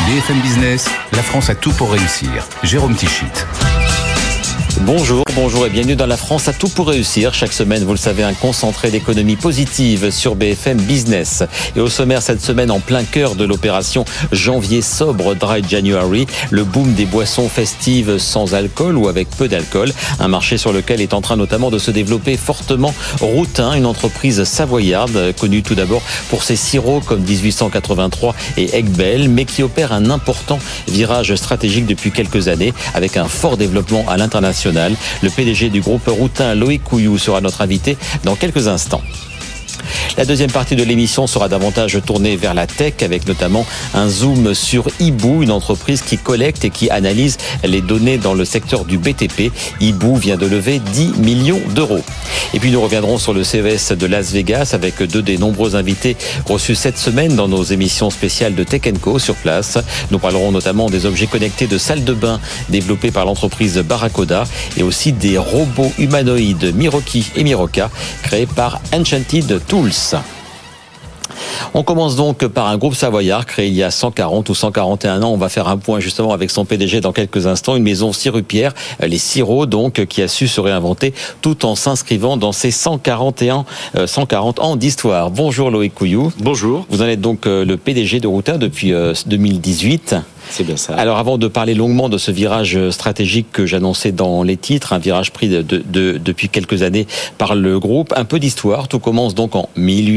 BFM Business, la France a tout pour réussir. Jérôme Tichit. Bonjour et bienvenue dans La France a tout pour réussir. Chaque semaine, vous le savez, un concentré d'économie positive sur BFM Business. Et au sommaire cette semaine, en plein cœur de l'opération Janvier sobre, Dry January, le boom des boissons festives sans alcool ou avec peu d'alcool. Un marché sur lequel est en train notamment de se développer fortement Routin, une entreprise savoyarde, connue tout d'abord pour ses sirops comme 1883 et Aiguebelle, mais qui opère un important virage stratégique depuis quelques années avec un fort développement à l'international. Le PDG du groupe Routin, Loïc Couillou, sera notre invité dans quelques instants. La deuxième partie de l'émission sera davantage tournée vers la tech avec notamment un zoom sur Ibou, une entreprise qui collecte et qui analyse les données dans le secteur du BTP. Ibou vient de lever 10 millions d'euros. Et puis nous reviendrons sur le CES de Las Vegas avec deux des nombreux invités reçus cette semaine dans nos émissions spéciales de Tech & Co sur place. Nous parlerons notamment des objets connectés de salle de bain développés par l'entreprise Barracoda et aussi des robots humanoïdes Miroki et Miroka créés par Enchanted Tools. On commence donc par un groupe savoyard créé il y a 140 ou 141 ans. On va faire un point justement avec son PDG dans quelques instants. Une maison sirupière, les sirops donc, qui a su se réinventer tout en s'inscrivant dans ses 140 ans d'histoire. Bonjour Loïc Couillou. Bonjour. Vous en êtes donc le PDG de Routin depuis 2018. C'est bien ça. Alors avant de parler longuement de ce virage stratégique que j'annonçais dans les titres, un virage pris depuis quelques années par le groupe, un peu d'histoire. Tout commence donc en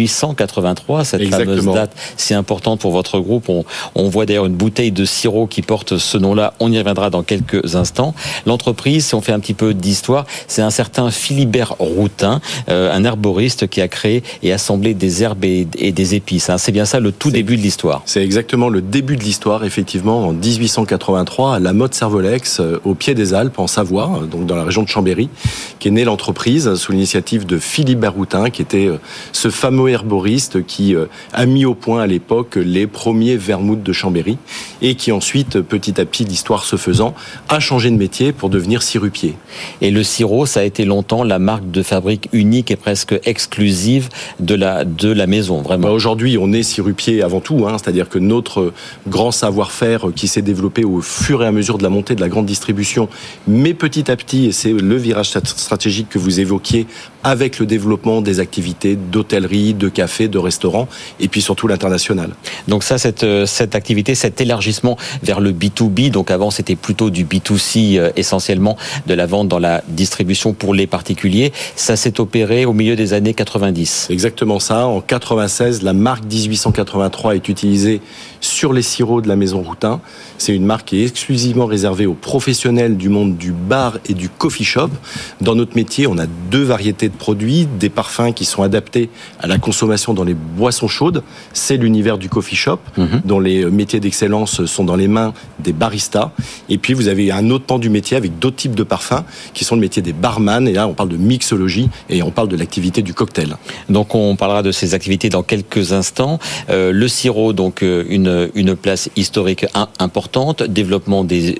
1883, cette fameuse date si importante pour votre groupe. On voit d'ailleurs une bouteille de sirop qui porte ce nom-là, on y reviendra dans quelques instants. L'entreprise, si on fait un petit peu d'histoire, c'est un certain Philibert Routin, un herboriste qui a créé et assemblé des herbes et des épices. C'est bien ça le tout début de l'histoire. C'est exactement le début de l'histoire, effectivement. En 1883, à la Motte-Servolex, au pied des Alpes, en Savoie, donc dans la région de Chambéry, qu'est née l'entreprise sous l'initiative de Philibert Routin, qui était ce fameux herboriste qui a mis au point à l'époque les premiers vermouths de Chambéry et qui ensuite, petit à petit, l'histoire se faisant, a changé de métier pour devenir sirupier. Et le sirop, ça a été longtemps la marque de fabrique unique et presque exclusive de la maison, vraiment. Aujourd'hui, on est sirupier avant tout, c'est-à-dire que notre grand savoir-faire qui s'est développé au fur et à mesure de la montée de la grande distribution, mais petit à petit, et c'est le virage stratégique que vous évoquiez, avec le développement des activités d'hôtellerie, de café, de restaurant, et puis surtout l'international. Donc ça, cette activité, cet élargissement vers le B2B, donc avant c'était plutôt du B2C essentiellement, de la vente dans la distribution pour les particuliers, ça s'est opéré au milieu des années 90. Exactement ça, en 96, la marque 1883 est utilisée sur les sirops de la maison Routin. C'est une marque qui est exclusivement réservée aux professionnels du monde du bar et du coffee shop. Dans notre métier, on a deux variétés de produits, des parfums qui sont adaptés à la consommation dans les boissons chaudes. C'est l'univers du coffee shop, dont les métiers d'excellence sont dans les mains des baristas. Et puis, vous avez un autre pan du métier avec d'autres types de parfums qui sont le métier des barman. Et là, on parle de mixologie et on parle de l'activité du cocktail. Donc, on parlera de ces activités dans quelques instants. Le sirop, donc, une place historique importante, développement des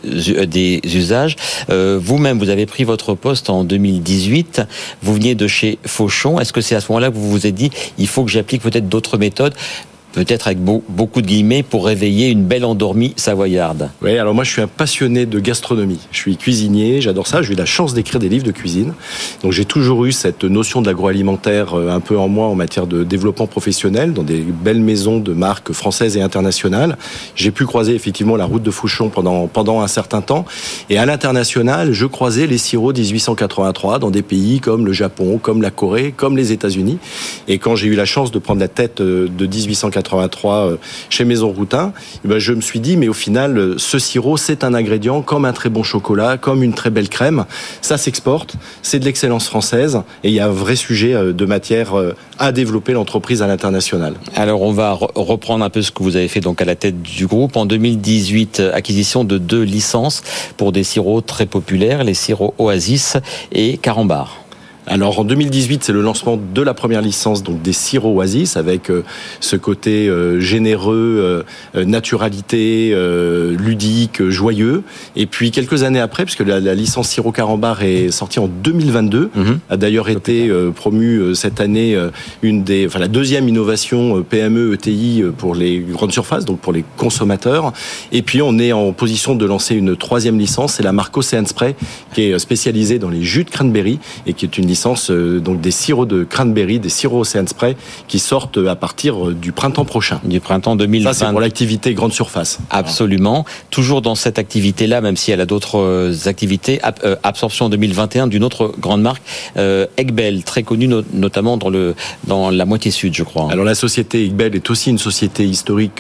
usages. Vous-même, vous avez pris votre poste en 2018. Vous veniez de chez Fauchon. Est-ce que c'est à ce moment-là que vous vous êtes dit, il faut que j'applique peut-être d'autres méthodes, peut-être avec beaucoup de guillemets, pour réveiller une belle endormie savoyarde? Oui, alors moi je suis un passionné de gastronomie. Je suis cuisinier, j'adore ça. J'ai eu la chance d'écrire des livres de cuisine. Donc j'ai toujours eu cette notion de l'agroalimentaire un peu en moi en matière de développement professionnel dans des belles maisons de marques françaises et internationales. J'ai pu croiser effectivement la route de Fauchon pendant un certain temps. Et à l'international, je croisais les sirops 1883 dans des pays comme le Japon, comme la Corée, comme les États-Unis. Et quand j'ai eu la chance de prendre la tête de 1883 chez Maison Routin, je me suis dit, mais au final, ce sirop, c'est un ingrédient comme un très bon chocolat, comme une très belle crème. Ça s'exporte, c'est de l'excellence française et il y a un vrai sujet de matière à développer l'entreprise à l'international. Alors, on va reprendre un peu ce que vous avez fait donc à la tête du groupe. En 2018, acquisition de 2 licences pour des sirops très populaires, les sirops Oasis et Carambar. Alors en 2018, c'est le lancement de la première licence donc des sirops Oasis avec ce côté généreux, naturalité, ludique, joyeux. Et puis quelques années après, puisque la licence sirop Carambar est sortie en 2022, a d'ailleurs été promue cette année la deuxième innovation PME ETI pour les grandes surfaces, donc pour les consommateurs. Et puis on est en position de lancer une troisième licence, c'est la marque Ocean Spray, qui est spécialisée dans les jus de cranberry et qui est une licence donc des sirops de cranberry, des sirops Ocean Spray qui sortent à partir du printemps prochain. Du printemps 2020. Ça, c'est pour l'activité grande surface. Absolument. Toujours dans cette activité-là, même si elle a d'autres activités, absorption 2021 d'une autre grande marque, Egbel, très connue notamment dans la moitié sud, je crois. Alors la société Egbel est aussi une société historique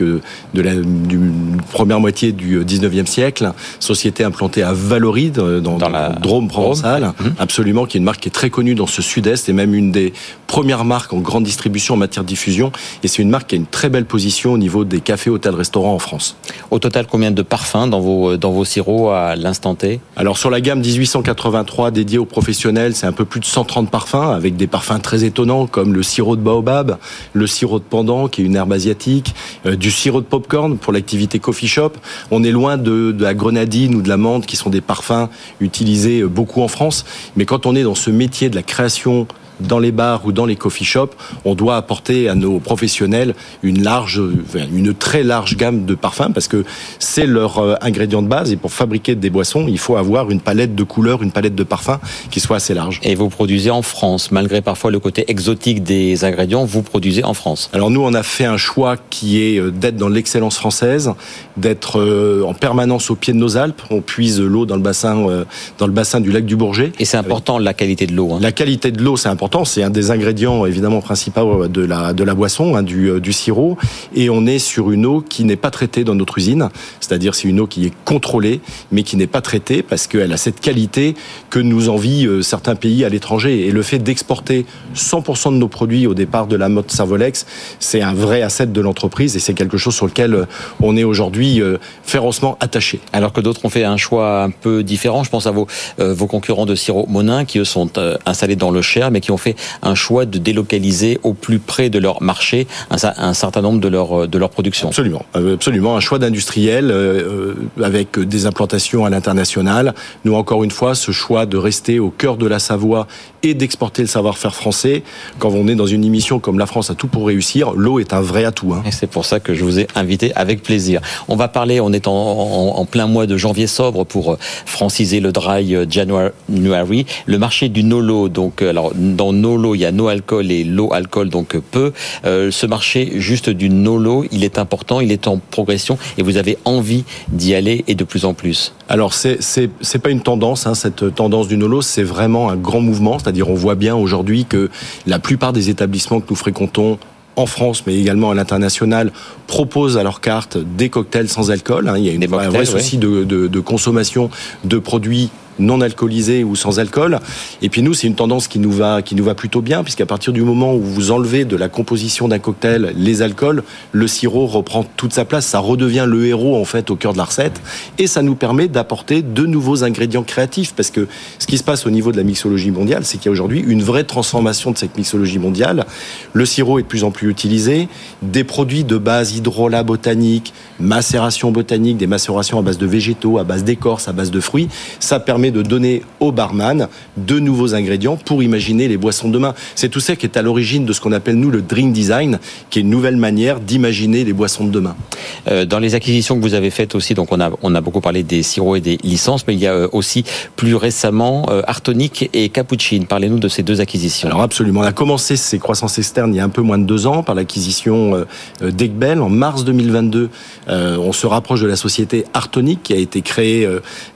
du première moitié du 19e siècle, société implantée à Valoride, dans la Drôme provençale, absolument, qui est une marque qui est très connue dans ce sud-est, et même une des premières marques en grande distribution en matière de diffusion, et c'est une marque qui a une très belle position au niveau des cafés, hôtels, restaurants en France. Au total, combien de parfums dans vos sirops à l'instant T ? Alors sur la gamme 1883 dédiée aux professionnels, c'est un peu plus de 130 parfums, avec des parfums très étonnants, comme le sirop de baobab, le sirop de pandan, qui est une herbe asiatique, du sirop de popcorn pour l'activité coffee shop. On est loin de la grenadine ou de la menthe, qui sont des parfums utilisés beaucoup en France. Mais quand on est dans ce métier de la création dans les bars ou dans les coffee shops, on doit apporter à nos professionnels une très large gamme de parfums parce que c'est leur ingrédient de base et pour fabriquer des boissons, il faut avoir une palette de couleurs, une palette de parfums qui soit assez large. Et vous produisez en France, malgré parfois le côté exotique des ingrédients, vous produisez en France. Alors nous, on a fait un choix qui est d'être dans l'excellence française, d'être en permanence au pied de nos Alpes. On puise l'eau dans le bassin du lac du Bourget. Et c'est important la qualité de l'eau. La qualité de l'eau, c'est important. C'est un des ingrédients évidemment principaux de la boisson, du sirop. Et on est sur une eau qui n'est pas traitée dans notre usine. C'est-à-dire c'est une eau qui est contrôlée, mais qui n'est pas traitée parce qu'elle a cette qualité que nous envient certains pays à l'étranger. Et le fait d'exporter 100% de nos produits au départ de la mode Servolex, c'est un vrai asset de l'entreprise et c'est quelque chose sur lequel on est aujourd'hui férocement attaché. Alors que d'autres ont fait un choix un peu différent. Je pense à vos concurrents de sirop Monin qui eux sont installés dans le Cher, mais qui ont fait un choix de délocaliser au plus près de leur marché un certain nombre de leur production. Absolument. Un choix d'industriel avec des implantations à l'international. Nous, encore une fois, ce choix de rester au cœur de la Savoie et d'exporter le savoir-faire français. Quand on est dans une émission comme La France a tout pour réussir, l'eau est un vrai atout. Et c'est pour ça que je vous ai invité avec plaisir. On va parler, on est en plein mois de janvier sobre pour franciser le dry January. Le marché du Nolo, donc alors dans Nolo, il y a no alcool et low alcool, donc peu. Ce marché juste du Nolo, il est important, il est en progression et vous avez envie d'y aller et de plus en plus. Alors c'est pas une tendance, cette tendance du Nolo, c'est vraiment un grand mouvement. C'est-à-dire on voit bien aujourd'hui que la plupart des établissements que nous fréquentons en France, mais également à l'international, proposent à leur carte des cocktails sans alcool. Il y a un vrai souci de consommation de produits non alcoolisés ou sans alcool. Et puis nous, c'est une tendance qui nous va plutôt bien, puisqu'à partir du moment où vous enlevez de la composition d'un cocktail les alcools, le sirop reprend toute sa place. Ça redevient le héros, en fait, au cœur de la recette. Et ça nous permet d'apporter de nouveaux ingrédients créatifs, parce que ce qui se passe au niveau de la mixologie mondiale, c'est qu'il y a aujourd'hui une vraie transformation de cette mixologie mondiale. Le sirop est de plus en plus utilisé. Des produits de base hydrolat botanique, macération botanique, des macérations à base de végétaux, à base d'écorce, à base de fruits, ça permet de donner au barman de nouveaux ingrédients pour imaginer les boissons de demain. C'est tout ça qui est à l'origine de ce qu'on appelle nous le drink design, qui est une nouvelle manière d'imaginer les boissons de demain. Dans les acquisitions que vous avez faites aussi, donc on a beaucoup parlé des sirops et des licences, mais il y a aussi plus récemment Artonic et Cappuccine. Parlez-nous de ces deux acquisitions. Alors absolument, on a commencé ces croissances externes il y a un peu moins de 2 ans par l'acquisition d'Egbel en mars 2022. On se rapproche de la société Artonic qui a été créée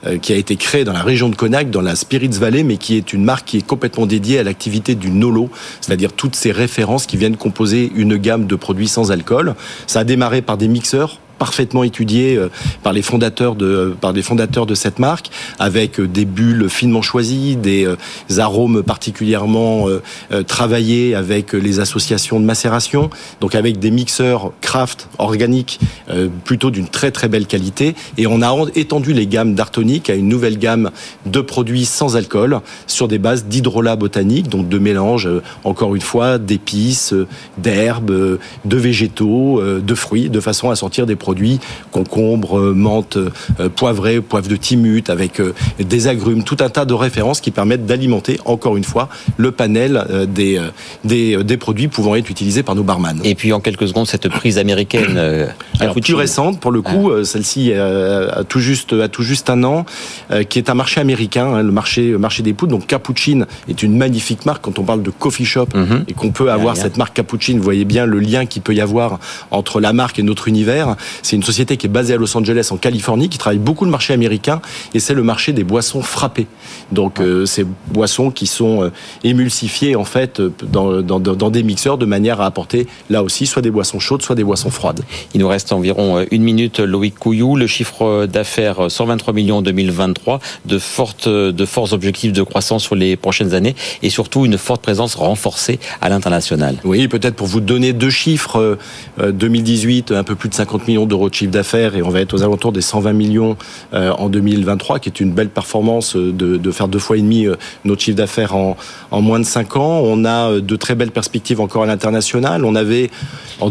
dans la région de Cognac, dans la Spirits Valley, mais qui est une marque qui est complètement dédiée à l'activité du Nolo, c'est-à-dire toutes ces références qui viennent composer une gamme de produits sans alcool. Ça a démarré par des mixeurs parfaitement étudié par les fondateurs de cette marque, avec des bulles finement choisies, des arômes particulièrement travaillés avec les associations de macération, donc avec des mixeurs craft organiques plutôt d'une très très belle qualité. Et on a étendu les gammes d'Artonic à une nouvelle gamme de produits sans alcool sur des bases d'hydrolat botanique, donc de mélange, encore une fois, d'épices, d'herbes, de végétaux, de fruits, de façon à sortir des produits concombre, menthe, poivrée, poivre de Timut, avec des agrumes, tout un tas de références qui permettent d'alimenter, encore une fois, le panel des produits pouvant être utilisés par nos barman. Et puis en quelques secondes, cette prise américaine alors plus récente, pour le coup, celle-ci a tout juste un an, qui est un marché américain, le marché des poudres. Donc Cappuccine est une magnifique marque quand on parle de coffee shop et qu'on peut avoir cette marque Cappuccine. Vous voyez bien le lien qu'il peut y avoir entre la marque et notre univers. C'est une société qui est basée à Los Angeles, en Californie, qui travaille beaucoup le marché américain, et c'est le marché des boissons frappées. Donc ces boissons qui sont émulsifiées en fait dans des mixeurs de manière à apporter là aussi soit des boissons chaudes, soit des boissons froides. Il nous reste environ une minute. Loïc Couillou, le chiffre d'affaires 123 millions en 2023, de forts objectifs de croissance sur les prochaines années et surtout une forte présence renforcée à l'international. Oui, peut-être pour vous donner deux chiffres, 2018, un peu plus de 50 millions d'euros de chiffre d'affaires et on va être aux alentours des 120 millions en 2023, qui est une belle performance de faire 2,5 fois notre chiffre d'affaires en moins de 5 ans. On a de très belles perspectives encore à l'international. On avait en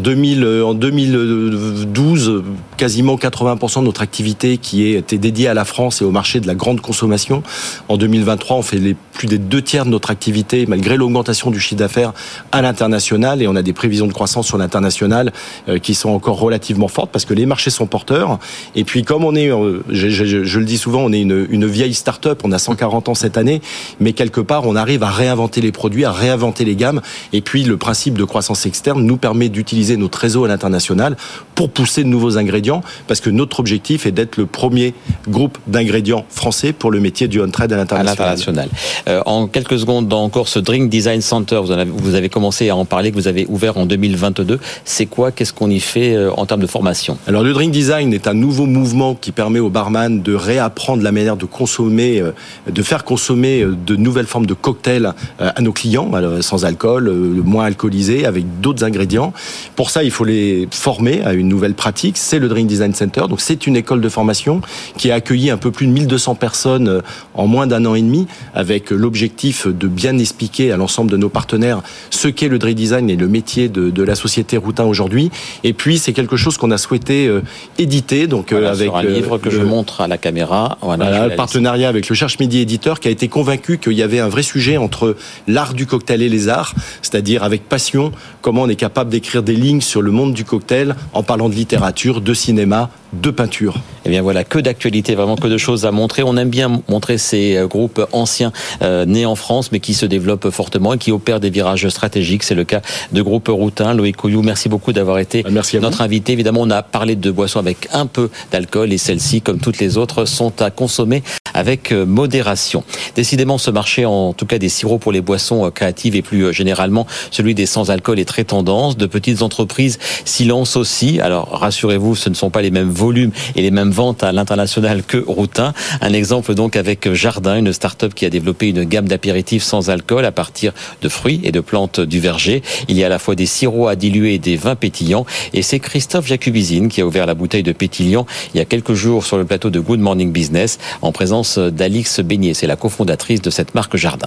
2012 quasiment 80% de notre activité qui était dédiée à la France et au marché de la grande consommation. En 2023, on fait plus des 2/3 de notre activité, malgré l'augmentation du chiffre d'affaires, à l'international, et on a des prévisions de croissance sur l'international qui sont encore relativement fortes parce que les marchés sont porteurs. Et puis comme on est, je le dis souvent, on est une vieille start-up, on a 140 ans cette année, mais quelque part on arrive à réinventer les produits, à réinventer les gammes, et puis le principe de croissance externe nous permet d'utiliser notre réseau à l'international pour pousser de nouveaux ingrédients, parce que notre objectif est d'être le premier groupe d'ingrédients français pour le métier du on-trade à l'international. En quelques secondes, dans encore ce Drink Design Center, vous avez commencé à en parler, que vous avez ouvert en 2022. C'est quoi? Qu'est-ce qu'on y fait en termes de formation? Alors le Drink Design est un nouveau mouvement qui permet aux barman de réapprendre la manière de consommer, de faire consommer de nouvelles formes de cocktails à nos clients, sans alcool, moins alcoolisés, avec d'autres ingrédients. Pour ça, il faut les former à une nouvelle pratique. C'est le Drink Design Center. Donc c'est une école de formation qui a accueilli un peu plus de 1200 personnes en moins d'un an et demi, avec l'objectif de bien expliquer à l'ensemble de nos partenaires ce qu'est le Drink Design et le métier de la société Routin aujourd'hui. Et puis c'est quelque chose qu'on a souhaité éditer, donc avec sur un livre que je montre à la caméra. Le partenariat avec le Cherche Midi éditeur, qui a été convaincu qu'il y avait un vrai sujet entre l'art du cocktail et les arts, c'est-à-dire avec passion comment on est capable d'écrire des lignes sur le monde du cocktail en parlant de littérature, de cinéma, de peinture. Eh bien voilà, que d'actualité, vraiment que de choses à montrer. On aime bien montrer ces groupes anciens nés en France mais qui se développent fortement et qui opèrent des virages stratégiques. C'est le cas de Groupe Routin. Loïc Couillou, merci beaucoup d'avoir été notre invité. Évidemment, on a parlé de boissons avec un peu d'alcool et celles-ci, comme toutes les autres, sont à consommer avec modération. Décidément, ce marché, en tout cas des sirops pour les boissons créatives et plus généralement celui des sans-alcool est très tendance. De petites entreprises s'y lancent aussi. Alors rassurez-vous, ce ne sont pas les mêmes volumes et les mêmes ventes à l'international que Routin. Un exemple donc avec Jardin, une start-up qui a développé une gamme d'apéritifs sans alcool à partir de fruits et de plantes du verger. Il y a à la fois des sirops à diluer et des vins pétillants. Et c'est Christophe Jacubizine qui a ouvert la bouteille de pétillant il y a quelques jours sur le plateau de Good Morning Business en présence d'Alix Beignet. C'est la cofondatrice de cette marque Jardin.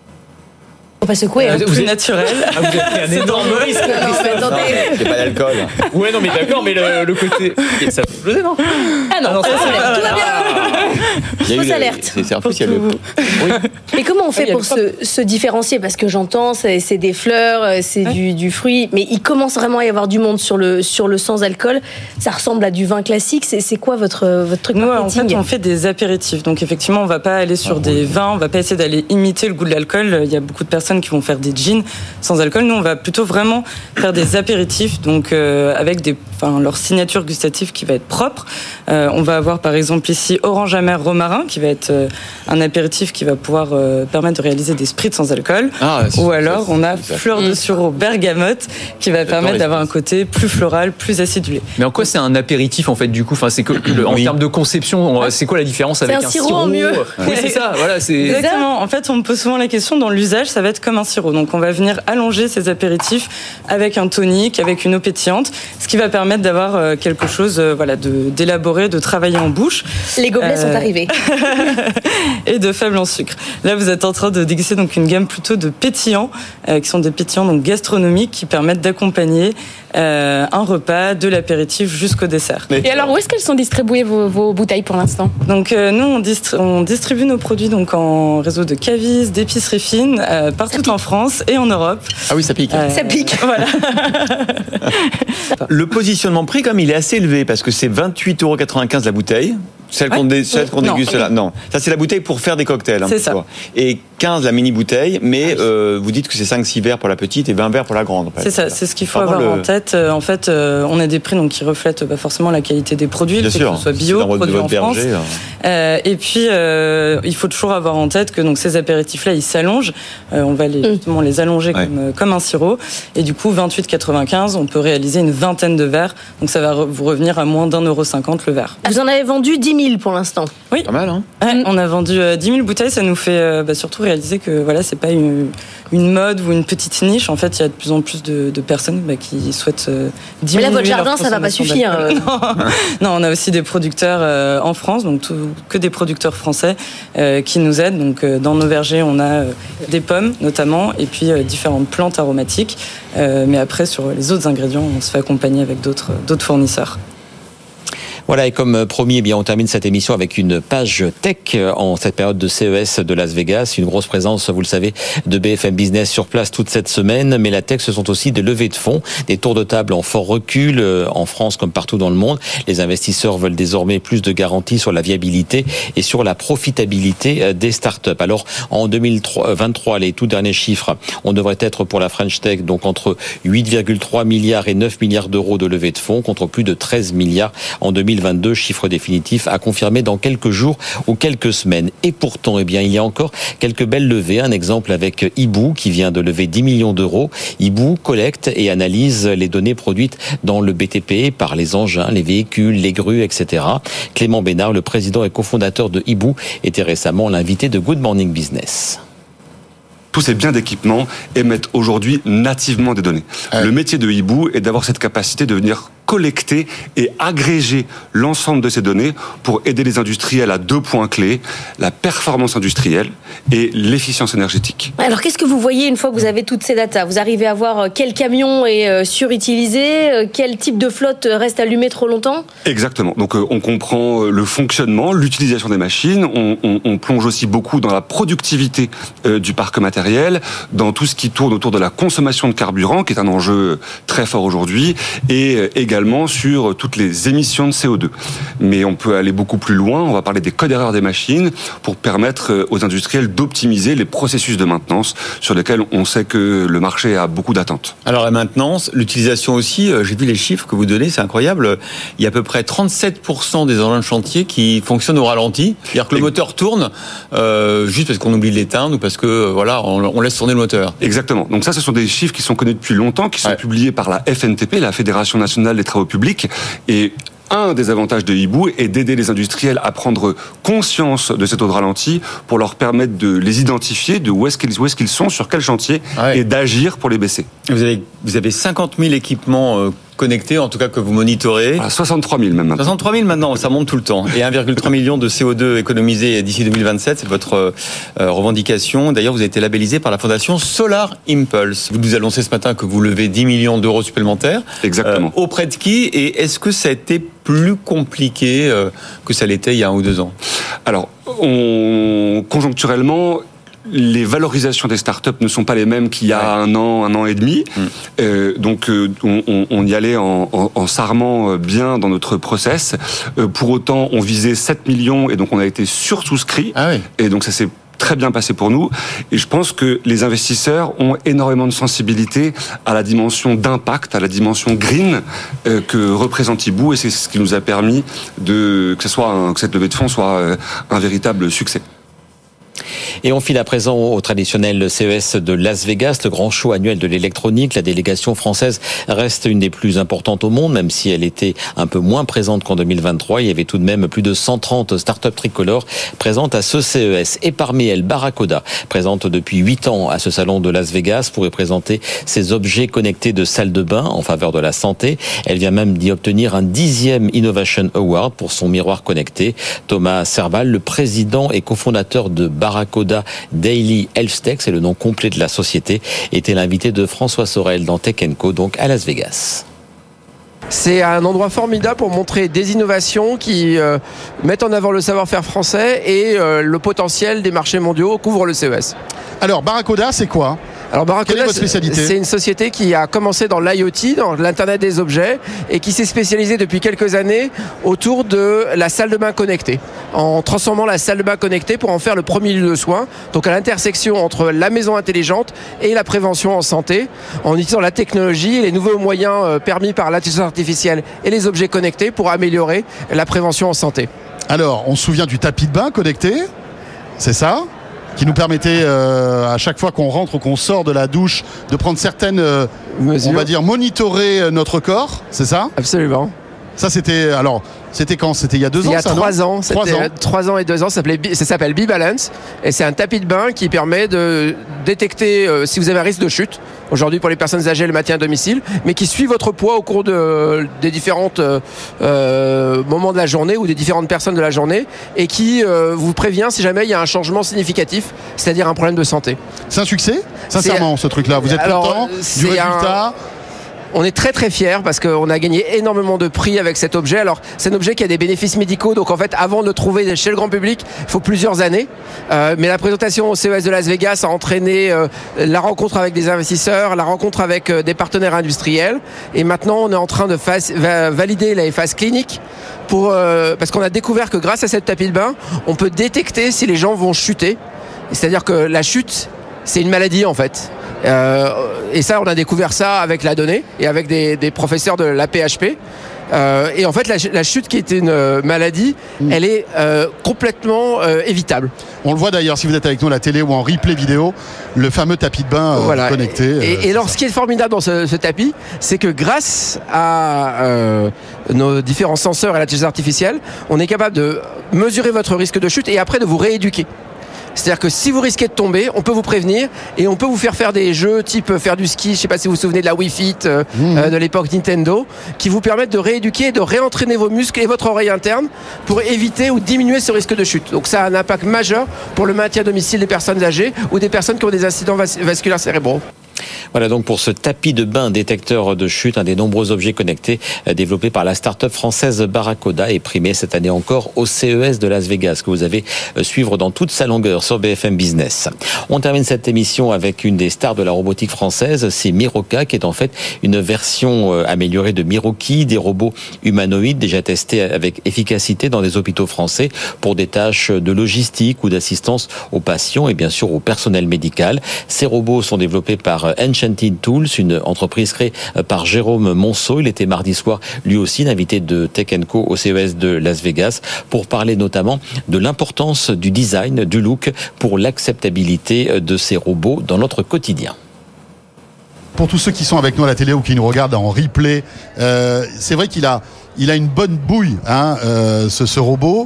Faut pas secouer. Plus naturel. Vous avez pris un énorme risque. C'est pas d'alcool. Ouais, non, mais d'accord, mais le côté. Ça peut exploser, non? Ah non, tout va bien. Fausse alerte. C'est en plus, il y a le. Oui. Et comment on fait pour se différencier? Parce que j'entends, c'est des fleurs, c'est du fruit, mais il commence vraiment à y avoir du monde sur le sans-alcool. Ça ressemble à du vin classique. C'est quoi votre truc marketing? Nous, en fait, on fait des apéritifs. Donc, effectivement, on va pas aller sur des vins, on va pas essayer d'aller imiter le goût de l'alcool. Il y a beaucoup de personnes qui vont faire des gins sans alcool. Nous, on va plutôt vraiment faire des apéritifs, donc avec leur signature gustative qui va être propre. On va avoir par exemple ici orange amer romarin, qui va être un apéritif qui va pouvoir permettre de réaliser des spritz sans alcool. Ou alors, on a fleur de sureau bergamote, qui va permettre d'avoir un côté plus floral, plus acidulé. Mais en quoi c'est un apéritif, en fait, du coup? Enfin, c'est que, en termes de conception, c'est quoi la différence avec un sirop? En mieux. Oui, c'est ça. Voilà, exactement. En fait, on me pose souvent la question, dans l'usage, ça va être comme un sirop. Donc, on va venir allonger ces apéritifs avec un tonique, avec une eau pétillante, ce qui va permettre d'avoir quelque chose d'élaboré, de travailler en bouche. Les gobelets sont arrivés. Et de faible en sucre. Là, vous êtes en train de déguster donc une gamme plutôt de pétillants, qui sont des pétillants donc gastronomiques qui permettent d'accompagner un repas, de l'apéritif jusqu'au dessert. Et alors, où est-ce qu'elles sont distribuées vos bouteilles pour l'instant? Donc nous, on distribue nos produits donc en réseau de cavistes, d'épiceries fines, partout en France et en Europe. Ah oui, ça pique. Ça pique. Voilà. Le positionnement prix, comme il est assez élevé, parce que c'est 28,95 € la bouteille. Celle qu'on déguste là. Non, ça c'est la bouteille pour faire des cocktails. C'est ça. Et 15 la mini bouteille, mais vous dites que c'est 5-6 verres pour la petite et 20 verres pour la grande. C'est ça, c'est ce qu'il faut avoir en tête. En fait, on a des prix donc qui reflètent forcément la qualité des produits, le fait que ce soit bio, produit en France. Et puis il faut toujours avoir en tête que donc ces apéritifs-là, ils s'allongent. On va justement les allonger comme un sirop. Et du coup, 28,95, on peut réaliser une vingtaine de verres. Donc ça va vous revenir à moins d'1,50 € le verre. Vous en avez vendu 10 000 pour l'instant. Oui. Pas mal, hein. On a vendu 10 000 bouteilles. Ça nous fait surtout réaliser que c'est pas une mode ou une petite niche. En fait, il y a de plus en plus de personnes qui souhaitent diminuer. Mais là, votre jardin, ça va pas suffire. Non, on a aussi des producteurs en France, donc que des producteurs français qui nous aident. Donc dans nos vergers, on a des pommes notamment, et puis différentes plantes aromatiques. Mais après, sur les autres ingrédients, on se fait accompagner avec d'autres fournisseurs. Voilà, et comme promis, on termine cette émission avec une page tech en cette période de CES de Las Vegas. Une grosse présence, vous le savez, de BFM Business sur place toute cette semaine. Mais la tech, ce sont aussi des levées de fonds, des tours de table en fort recul en France comme partout dans le monde. Les investisseurs veulent désormais plus de garanties sur la viabilité et sur la profitabilité des startups. Alors, en 2023, les tout derniers chiffres, on devrait être pour la French Tech donc entre 8,3 milliards et 9 milliards d'euros de levée de fonds contre plus de 13 milliards en 2022, chiffre définitif à confirmer dans quelques jours ou quelques semaines. Et pourtant, il y a encore quelques belles levées. Un exemple avec Ibou qui vient de lever 10 millions d'euros. Ibou collecte et analyse les données produites dans le BTP par les engins, les véhicules, les grues, etc. Clément Bénard, le président et cofondateur de Ibou, était récemment l'invité de Good Morning Business. Tous ces biens d'équipement émettent aujourd'hui nativement des données. Le métier de Ibou est d'avoir cette capacité de venir collecter et agréger l'ensemble de ces données pour aider les industriels à 2 points clés, la performance industrielle et l'efficience énergétique. Alors qu'est-ce que vous voyez une fois que vous avez toutes ces datas? Vous arrivez à voir quel camion est surutilisé, quel type de flotte reste allumé trop longtemps? Exactement. Donc on comprend le fonctionnement, l'utilisation des machines, on plonge aussi beaucoup dans la productivité du parc matériel, dans tout ce qui tourne autour de la consommation de carburant, qui est un enjeu très fort aujourd'hui, et également sur toutes les émissions de CO2. Mais on peut aller beaucoup plus loin, on va parler des codes erreurs des machines pour permettre aux industriels d'optimiser les processus de maintenance sur lesquels on sait que le marché a beaucoup d'attentes. Alors la maintenance, l'utilisation aussi, j'ai vu les chiffres que vous donnez, c'est incroyable. Il y a à peu près 37% des engins de chantier qui fonctionnent au ralenti. C'est-à-dire que le moteur tourne juste parce qu'on oublie de l'éteindre ou parce que on laisse tourner le moteur. Exactement. Donc ça, ce sont des chiffres qui sont connus depuis longtemps, qui sont publiés par la FNTP, la Fédération nationale des travaux publics, et un des avantages de Ibou est d'aider les industriels à prendre conscience de ces taux de ralenti pour leur permettre de les identifier, de où est-ce qu'ils sont, sur quel chantier, et d'agir pour les baisser. Vous avez 50 000 équipements connectés, en tout cas que vous monitorez. 63 000 même maintenant. 63 000 maintenant, ça monte tout le temps. Et 1,3 million de CO2 économisés d'ici 2027, c'est votre revendication. D'ailleurs, vous avez été labellisé par la fondation Solar Impulse. Vous nous annoncez ce matin que vous levez 10 millions d'euros supplémentaires. Exactement. Auprès de qui? Et est-ce que ça a été plus compliqué que ça l'était il y a 1 ou 2 ans? Alors, conjoncturellement, les valorisations des startups ne sont pas les mêmes qu'il y a 1 an et demi. Donc, on y allait en s'armant bien dans notre process. Pour autant, on visait 7 millions et donc on a été sursouscrit. Et donc, ça s'est très bien passé pour nous. Et je pense que les investisseurs ont énormément de sensibilité à la dimension d'impact, à la dimension green que représente Hibou, et c'est ce qui nous a permis que cette levée de fonds soit un véritable succès. Et on file à présent au traditionnel CES de Las Vegas, le grand show annuel de l'électronique. La délégation française reste une des plus importantes au monde, même si elle était un peu moins présente qu'en 2023. Il y avait tout de même plus de 130 startups tricolores présentes à ce CES. Et parmi elles, Barracuda, présente depuis 8 ans à ce salon de Las Vegas, pourrait présenter ses objets connectés de salle de bain en faveur de la santé. Elle vient même d'y obtenir un 10e Innovation Award pour son miroir connecté. Thomas Serval, le président et cofondateur de Barracuda Daily Health Tech, c'est le nom complet de la société, était l'invité de François Sorel dans Tech & Co, donc à Las Vegas. C'est un endroit formidable pour montrer des innovations qui mettent en avant le savoir-faire français et le potentiel des marchés mondiaux qu'ouvre le CES. Alors, Barracuda, c'est quoi ? Alors Barracuda, quelle est votre spécialité ? C'est une société qui a commencé dans l'IoT, dans l'Internet des objets, et qui s'est spécialisée depuis quelques années autour de la salle de bain connectée, en transformant la salle de bain connectée pour en faire le premier lieu de soins, donc à l'intersection entre la maison intelligente et la prévention en santé, en utilisant la technologie et les nouveaux moyens permis par l'intelligence artificielle et les objets connectés pour améliorer la prévention en santé. Alors, on se souvient du tapis de bain connecté, c'est ça ? Qui nous permettait à chaque fois qu'on rentre ou qu'on sort de la douche de prendre certaines mesures. On va dire monitorer notre corps, c'est ça ? Absolument. Ça c'était quand ? C'était il y a 2 ans, ça ? Il y a 3 ans. 3 ans et 2 ans, ça s'appelle BeBalance, et c'est un tapis de bain qui permet de détecter si vous avez un risque de chute. Aujourd'hui, pour les personnes âgées, le maintien à domicile, mais qui suit votre poids au cours des différentes moments de la journée ou des différentes personnes de la journée, et qui vous prévient si jamais il y a un changement significatif, c'est-à-dire un problème de santé. C'est un succès ? Sincèrement, ce truc-là, vous êtes content du résultat ? On est très très fiers parce qu'on a gagné énormément de prix avec cet objet. Alors c'est un objet qui a des bénéfices médicaux, donc en fait avant de le trouver chez le grand public, il faut plusieurs années. Mais la présentation au CES de Las Vegas a entraîné la rencontre avec des investisseurs, la rencontre avec des partenaires industriels. Et maintenant on est en train de valider les phases cliniques parce qu'on a découvert que grâce à cette tapis de bain, on peut détecter si les gens vont chuter. C'est-à-dire que la chute, c'est une maladie en fait. Et ça, on a découvert ça avec la donnée et avec des professeurs de la PHP. Et en fait, la chute qui était une maladie, elle est complètement évitable. On le voit d'ailleurs si vous êtes avec nous à la télé ou en replay vidéo, le fameux tapis de bain connecté. Et alors, ce qui est formidable dans ce tapis, c'est que grâce à nos différents senseurs et l'intelligence artificielle, on est capable de mesurer votre risque de chute et après de vous rééduquer. C'est-à-dire que si vous risquez de tomber, on peut vous prévenir et on peut vous faire des jeux type faire du ski, je ne sais pas si vous vous souvenez de la Wii Fit de l'époque Nintendo, qui vous permettent de rééduquer et de réentraîner vos muscles et votre oreille interne pour éviter ou diminuer ce risque de chute. Donc ça a un impact majeur pour le maintien à domicile des personnes âgées ou des personnes qui ont des incidents vasculaires cérébraux. Voilà donc pour ce tapis de bain détecteur de chute, un des nombreux objets connectés développés par la start-up française Barracuda et primé cette année encore au CES de Las Vegas, que vous avez suivre dans toute sa longueur sur BFM Business. On termine cette émission avec une des stars de la robotique française, c'est Miroca, qui est en fait une version améliorée de Miroki, des robots humanoïdes déjà testés avec efficacité dans des hôpitaux français pour des tâches de logistique ou d'assistance aux patients et bien sûr au personnel médical. Ces robots sont développés par Enchanted Tools, une entreprise créée par Jérôme Monceau. Il était mardi soir, lui aussi, l'invité de Tech & Co au CES de Las Vegas pour parler notamment de l'importance du design, du look pour l'acceptabilité de ces robots dans notre quotidien. Pour tous ceux qui sont avec nous à la télé ou qui nous regardent en replay, c'est vrai qu'il a une bonne bouille, ce robot.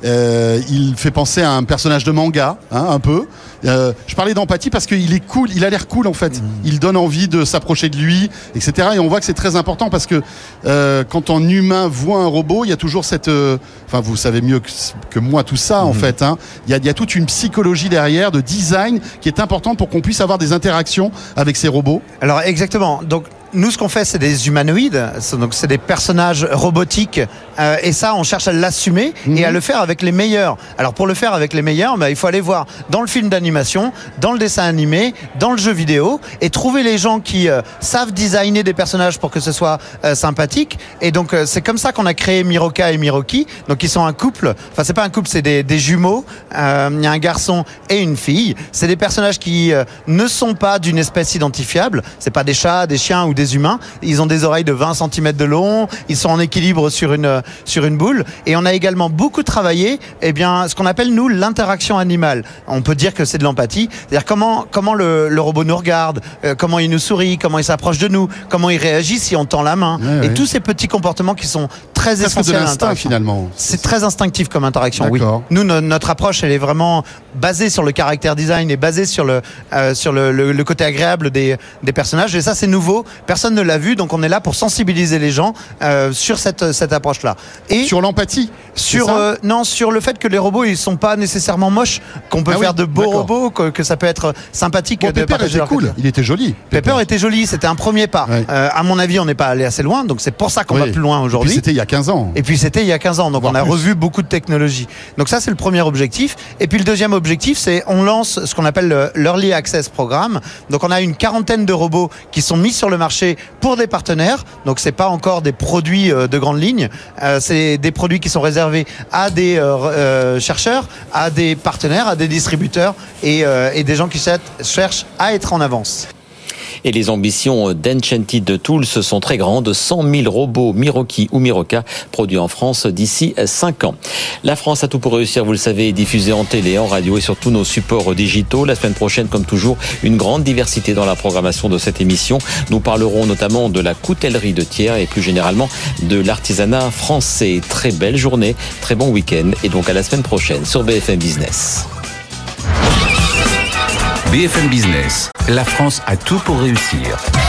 Il fait penser à un personnage de manga, un peu. Je parlais d'empathie parce qu'il est cool, il a l'air cool en fait. Il donne envie de s'approcher de lui, etc. Et on voit que c'est très important parce que quand un humain voit un robot, il y a toujours cette... Enfin, vous savez mieux que moi tout ça en fait. Il y a toute une psychologie derrière, de design, qui est importante pour qu'on puisse avoir des interactions avec ces robots. Alors exactement. Donc nous, ce qu'on fait, c'est des humanoïdes, donc c'est des personnages robotiques, et ça, on cherche à l'assumer et à le faire avec les meilleurs. Alors pour le faire avec les meilleurs, il faut aller voir dans le film d'animation, dans le dessin animé, dans le jeu vidéo, et trouver les gens qui savent designer des personnages pour que ce soit sympathique. Et donc c'est comme ça qu'on a créé Miroka et Miroki. Donc ils sont un couple. Enfin c'est pas un couple, c'est des jumeaux. Il y a un garçon et une fille. C'est des personnages qui ne sont pas d'une espèce identifiable. C'est pas des chats, des chiens ou des humains. Ils ont des oreilles de 20 cm de long. Ils sont en équilibre sur une boule. Et on a également beaucoup travaillé, ce qu'on appelle nous l'interaction animale. On peut dire que c'est de l'empathie. C'est-à-dire comment le robot nous regarde, comment il nous sourit, comment il s'approche de nous, comment il réagit si on tend la main. Et tous ces petits comportements qui sont très essentiels à l'interaction. Finalement. C'est très instinctif comme interaction. D'accord. Oui. Nous, notre approche, elle est vraiment basée sur le caractère design et basée sur le côté agréable des personnages. Et ça, c'est nouveau. Personne ne l'a vu, donc on est là pour sensibiliser les gens sur cette approche-là. Et sur l'empathie. Sur le fait que les robots, ils sont pas nécessairement moches, qu'on peut faire de beaux robots, que ça peut être sympathique. Bon, Pepper était cool. Il était joli. Pepper était joli. C'était un premier pas. Ouais. À mon avis, on n'est pas allé assez loin, donc c'est pour ça qu'on va plus loin aujourd'hui. Et puis c'était il y a 15 ans. Donc on a revu beaucoup de technologies. Donc ça, c'est le premier objectif. Et puis le deuxième objectif, c'est on lance ce qu'on appelle l'Early Access Programme. Donc on a une 40aine de robots qui sont mis sur le marché pour des partenaires. Donc c'est pas encore des produits de grande ligne. C'est des produits qui sont réservés à des chercheurs, à des partenaires, à des distributeurs et des gens qui cherchent à être en avance. Et les ambitions d'Enchanted Tools sont très grandes. 100 000 robots Miroki ou Miroka produits en France d'ici 5 ans. La France a tout pour réussir, vous le savez, est diffusée en télé, en radio et sur tous nos supports digitaux. La semaine prochaine, comme toujours, une grande diversité dans la programmation de cette émission. Nous parlerons notamment de la coutellerie de Thiers et plus généralement de l'artisanat français. Très belle journée, très bon week-end et donc à la semaine prochaine sur BFM Business. BFM Business, la France a tout pour réussir.